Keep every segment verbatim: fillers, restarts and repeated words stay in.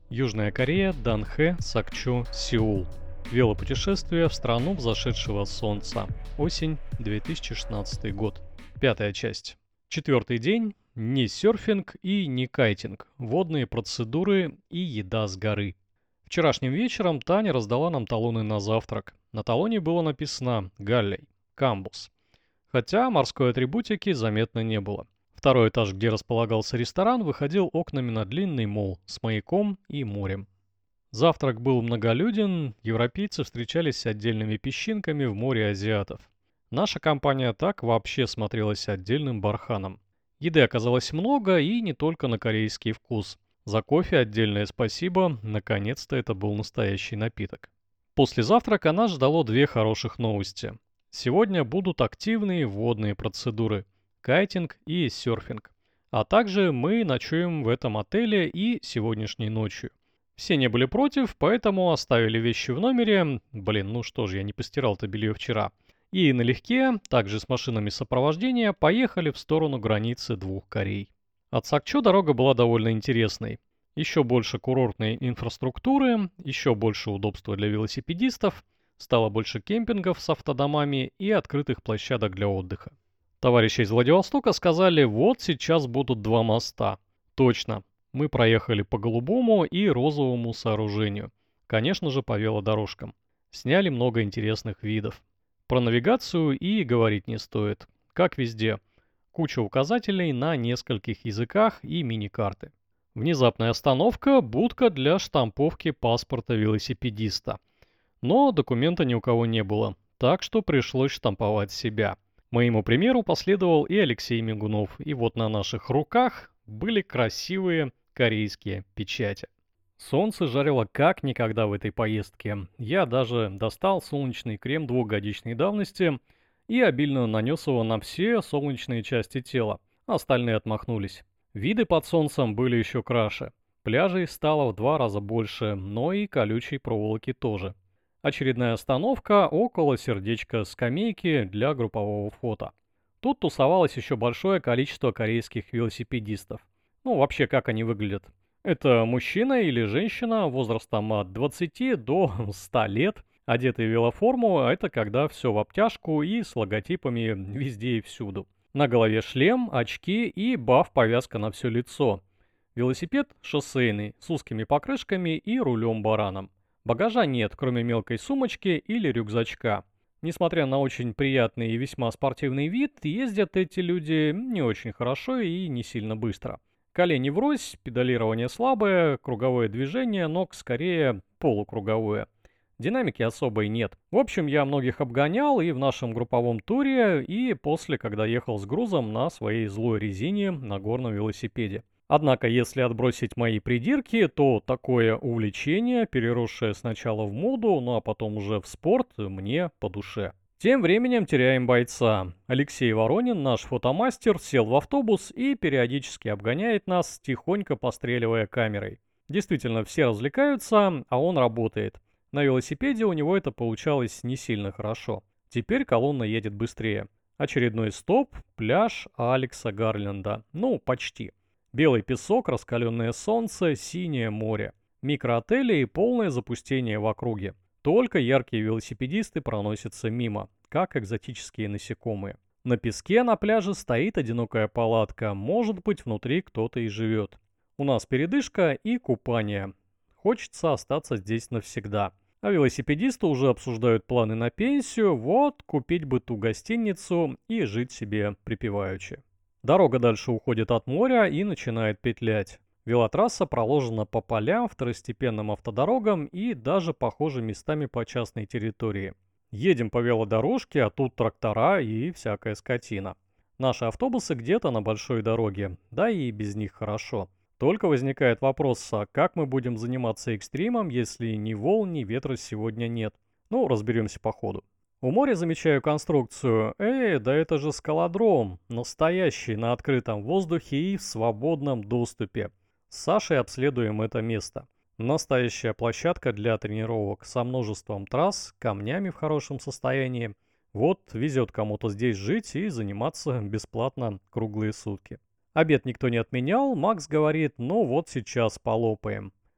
Южная Корея, Данхэ, Сокчо, Сеул. Велопутешествие в страну взошедшего солнца. Осень, две тысячи шестнадцатый год. Пятая часть. Четвертый день. Не серфинг и не кайтинг. Водные процедуры и еда с горы. Вчерашним вечером Таня раздала нам талоны на завтрак. На талоне было написано «Галлей», «Камбус». Хотя морской атрибутики заметно не было. Второй этаж, где располагался ресторан, выходил окнами на длинный мол с маяком и морем. Завтрак был многолюден, европейцы встречались с отдельными песчинками в море азиатов. Наша компания так вообще смотрелась отдельным барханом. Еды оказалось много и не только на корейский вкус. За кофе отдельное спасибо, наконец-то это был настоящий напиток. После завтрака нас ждало две хороших новости. Сегодня будут активные водные процедуры – кайтинг и серфинг. А также мы ночуем в этом отеле и сегодняшней ночью. Все не были против, поэтому оставили вещи в номере. Блин, ну что ж, я не постирал-то белье вчера. И налегке, также с машинами сопровождения, поехали в сторону границы двух Корей. От Сокчо дорога была довольно интересной. Еще больше курортной инфраструктуры, еще больше удобства для велосипедистов, стало больше кемпингов с автодомами и открытых площадок для отдыха. Товарищи из Владивостока сказали, вот сейчас будут два моста. Точно, мы проехали по голубому и розовому сооружению. Конечно же, по велодорожкам. Сняли много интересных видов. Про навигацию и говорить не стоит. Как везде. Куча указателей на нескольких языках и мини-карты. Внезапная остановка – будка для штамповки паспорта велосипедиста. Но документа ни у кого не было, так что пришлось штамповать себя. Моему примеру последовал и Алексей Мигунов, и вот на наших руках были красивые корейские печати. Солнце жарило как никогда в этой поездке. Я даже достал солнечный крем двухгодичной давности и обильно нанес его на все солнечные части тела. Остальные отмахнулись. Виды под солнцем были еще краше. Пляжей стало в два раза больше, но и колючей проволоки тоже. Очередная остановка около сердечка скамейки для группового фото. Тут тусовалось еще большое количество корейских велосипедистов. Ну, вообще, как они выглядят? Это мужчина или женщина возрастом от двадцати до ста лет, одетые в велоформу, а это когда все в обтяжку и с логотипами везде и всюду. На голове шлем, очки и баф-повязка на все лицо. Велосипед шоссейный, с узкими покрышками и рулем-бараном. Багажа нет, кроме мелкой сумочки или рюкзачка. Несмотря на очень приятный и весьма спортивный вид, ездят эти люди не очень хорошо и не сильно быстро. Колени врозь, педалирование слабое, круговое движение, ног скорее полукруговое. Динамики особой нет. В общем, я многих обгонял и в нашем групповом туре, и после, когда ехал с грузом на своей злой резине на горном велосипеде. Однако, если отбросить мои придирки, то такое увлечение, переросшее сначала в моду, ну а потом уже в спорт, мне по душе. Тем временем теряем бойца. Алексей Воронин, наш фотомастер, сел в автобус и периодически обгоняет нас, тихонько постреливая камерой. Действительно, все развлекаются, а он работает. На велосипеде у него это получалось не сильно хорошо. Теперь колонна едет быстрее. Очередной стоп, пляж Алекса Гарленда. Ну, почти. Белый песок, раскаленное солнце, синее море. Микроотели и полное запустение в округе. Только яркие велосипедисты проносятся мимо, как экзотические насекомые. На песке на пляже стоит одинокая палатка, может быть, внутри кто-то и живет. У нас передышка и купание. Хочется остаться здесь навсегда. А велосипедисты уже обсуждают планы на пенсию, вот купить бы ту гостиницу и жить себе припеваючи. Дорога дальше уходит от моря и начинает петлять. Велотрасса проложена по полям, второстепенным автодорогам и даже, похоже, местами по частной территории. Едем по велодорожке, а тут трактора и всякая скотина. Наши автобусы где-то на большой дороге, да и без них хорошо. Только возникает вопрос, а как мы будем заниматься экстримом, если ни волн, ни ветра сегодня нет? Ну, разберемся по ходу. У моря замечаю конструкцию. Эй, да это же скалодром, настоящий на открытом воздухе и в свободном доступе. С Сашей обследуем это место. Настоящая площадка для тренировок со множеством трасс, камнями в хорошем состоянии. Вот везет кому-то здесь жить и заниматься бесплатно круглые сутки. Обед никто не отменял, Макс говорит, ну вот сейчас полопаем.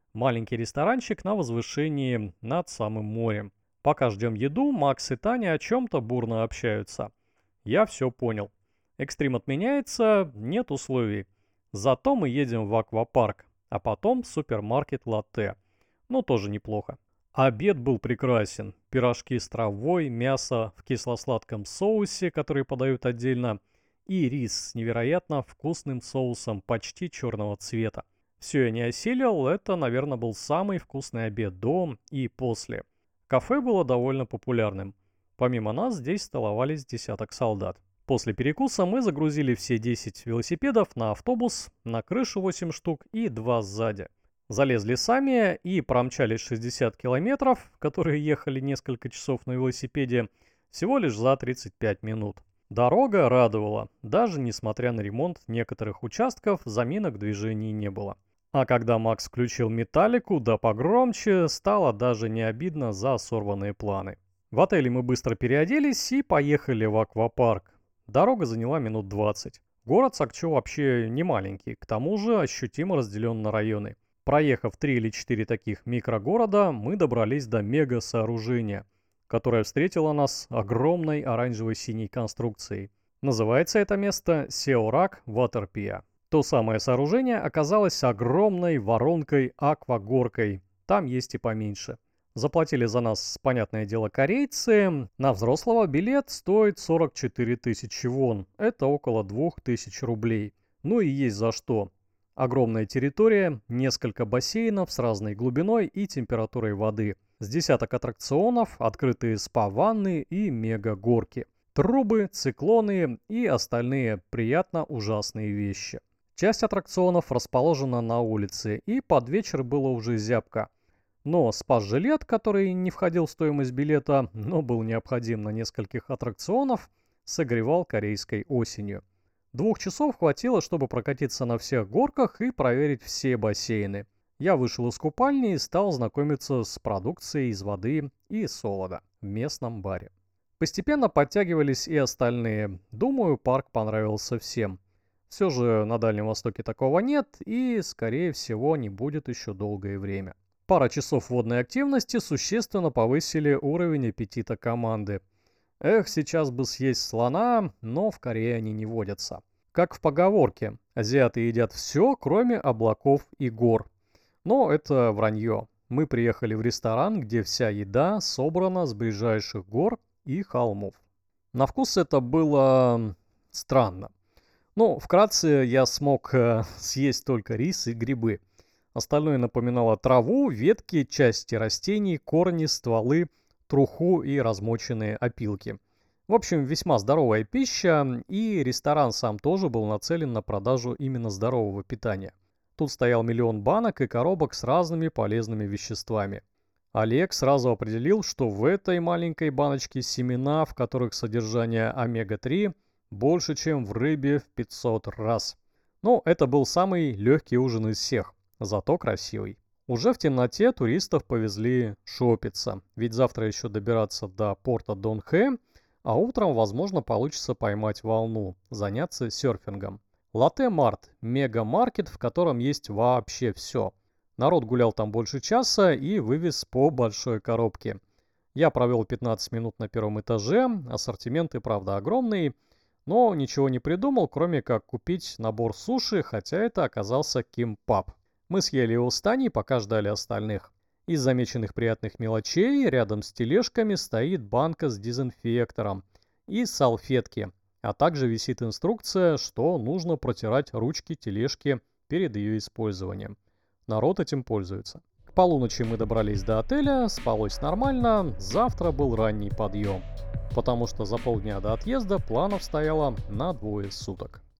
Маленький ресторанчик на возвышении над самым морем. Пока ждем еду, Макс и Таня о чем-то бурно общаются. Я все понял. Экстрим отменяется, нет условий. Зато мы едем в аквапарк, а потом в супермаркет Латте. Ну, тоже неплохо. Обед был прекрасен. Пирожки с травой, мясо в кисло-сладком соусе, который подают отдельно, и рис с невероятно вкусным соусом почти черного цвета. Все я не осилил, это, наверное, был самый вкусный обед до и после. Кафе было довольно популярным. Помимо нас здесь столовались десяток солдат. После перекуса мы загрузили все десять велосипедов на автобус, на крышу восемь штук и два сзади. Залезли сами и промчались шестьдесят километров, которые ехали несколько часов на велосипеде, всего лишь за тридцать пять минут. Дорога радовала, даже несмотря на ремонт некоторых участков, заминок движений не было. А когда Макс включил металлику, да погромче, стало даже не обидно за сорванные планы. В отеле мы быстро переоделись и поехали в аквапарк. Дорога заняла минут двадцать. Город Сокчо вообще не маленький, к тому же ощутимо разделен на районы. Проехав три или четыре таких микрогорода, мы добрались до мега-сооружения, которое встретило нас огромной оранжево-синей конструкцией. Называется это место Сеорак Ватерпия. То самое сооружение оказалось огромной воронкой-аквагоркой. Там есть и поменьше. Заплатили за нас, понятное дело, корейцы. На взрослого билет стоит сорок четыре тысячи вон. Это около двух тысяч рублей. Ну и есть за что. Огромная территория, несколько бассейнов с разной глубиной и температурой воды. С десяток аттракционов, открытые спа-ванны и мега-горки. Трубы, циклоны и остальные приятно ужасные вещи. Часть аттракционов расположена на улице, и под вечер было уже зябко. Но спас-жилет, который не входил в стоимость билета, но был необходим на нескольких аттракционов, согревал корейской осенью. Двух часов хватило, чтобы прокатиться на всех горках и проверить все бассейны. Я вышел из купальни и стал знакомиться с продукцией из воды и солода в местном баре. Постепенно подтягивались и остальные. Думаю, парк понравился всем. Все же на Дальнем Востоке такого нет и, скорее всего, не будет еще долгое время. Пара часов водной активности существенно повысили уровень аппетита команды. Эх, сейчас бы съесть слона, но в Корее они не водятся. Как в поговорке, азиаты едят все, кроме облаков и гор. Но это вранье. Мы приехали в ресторан, где вся еда собрана с ближайших гор и холмов. На вкус это было странно. Ну, вкратце я смог э, съесть только рис и грибы. Остальное напоминало траву, ветки, части растений, корни, стволы, труху и размоченные опилки. В общем, весьма здоровая пища, и ресторан сам тоже был нацелен на продажу именно здорового питания. Тут стоял миллион банок и коробок с разными полезными веществами. Олег сразу определил, что в этой маленькой баночке семена, в которых содержание омега три, больше, чем в рыбе в пятьсот раз. Но это был самый легкий ужин из всех, зато красивый. Уже в темноте туристов повезли шопиться, ведь завтра еще добираться до порта Донхэ, а утром, возможно, получится поймать волну, заняться серфингом. Латте-март – мега-маркет, в котором есть вообще все. Народ гулял там больше часа и вывез по большой коробке. Я провел пятнадцать минут на первом этаже, ассортимент и правда огромный, но ничего не придумал, кроме как купить набор суши, хотя это оказался кимпап. Мы съели его с Таней, пока ждали остальных. Из замеченных приятных мелочей рядом с тележками стоит банка с дезинфектором и салфетки, а также висит инструкция, что нужно протирать ручки тележки перед ее использованием. Народ этим пользуется. К полуночи мы добрались до отеля, спалось нормально, завтра был ранний подъем, потому что за полдня до отъезда планов стояло на двое суток.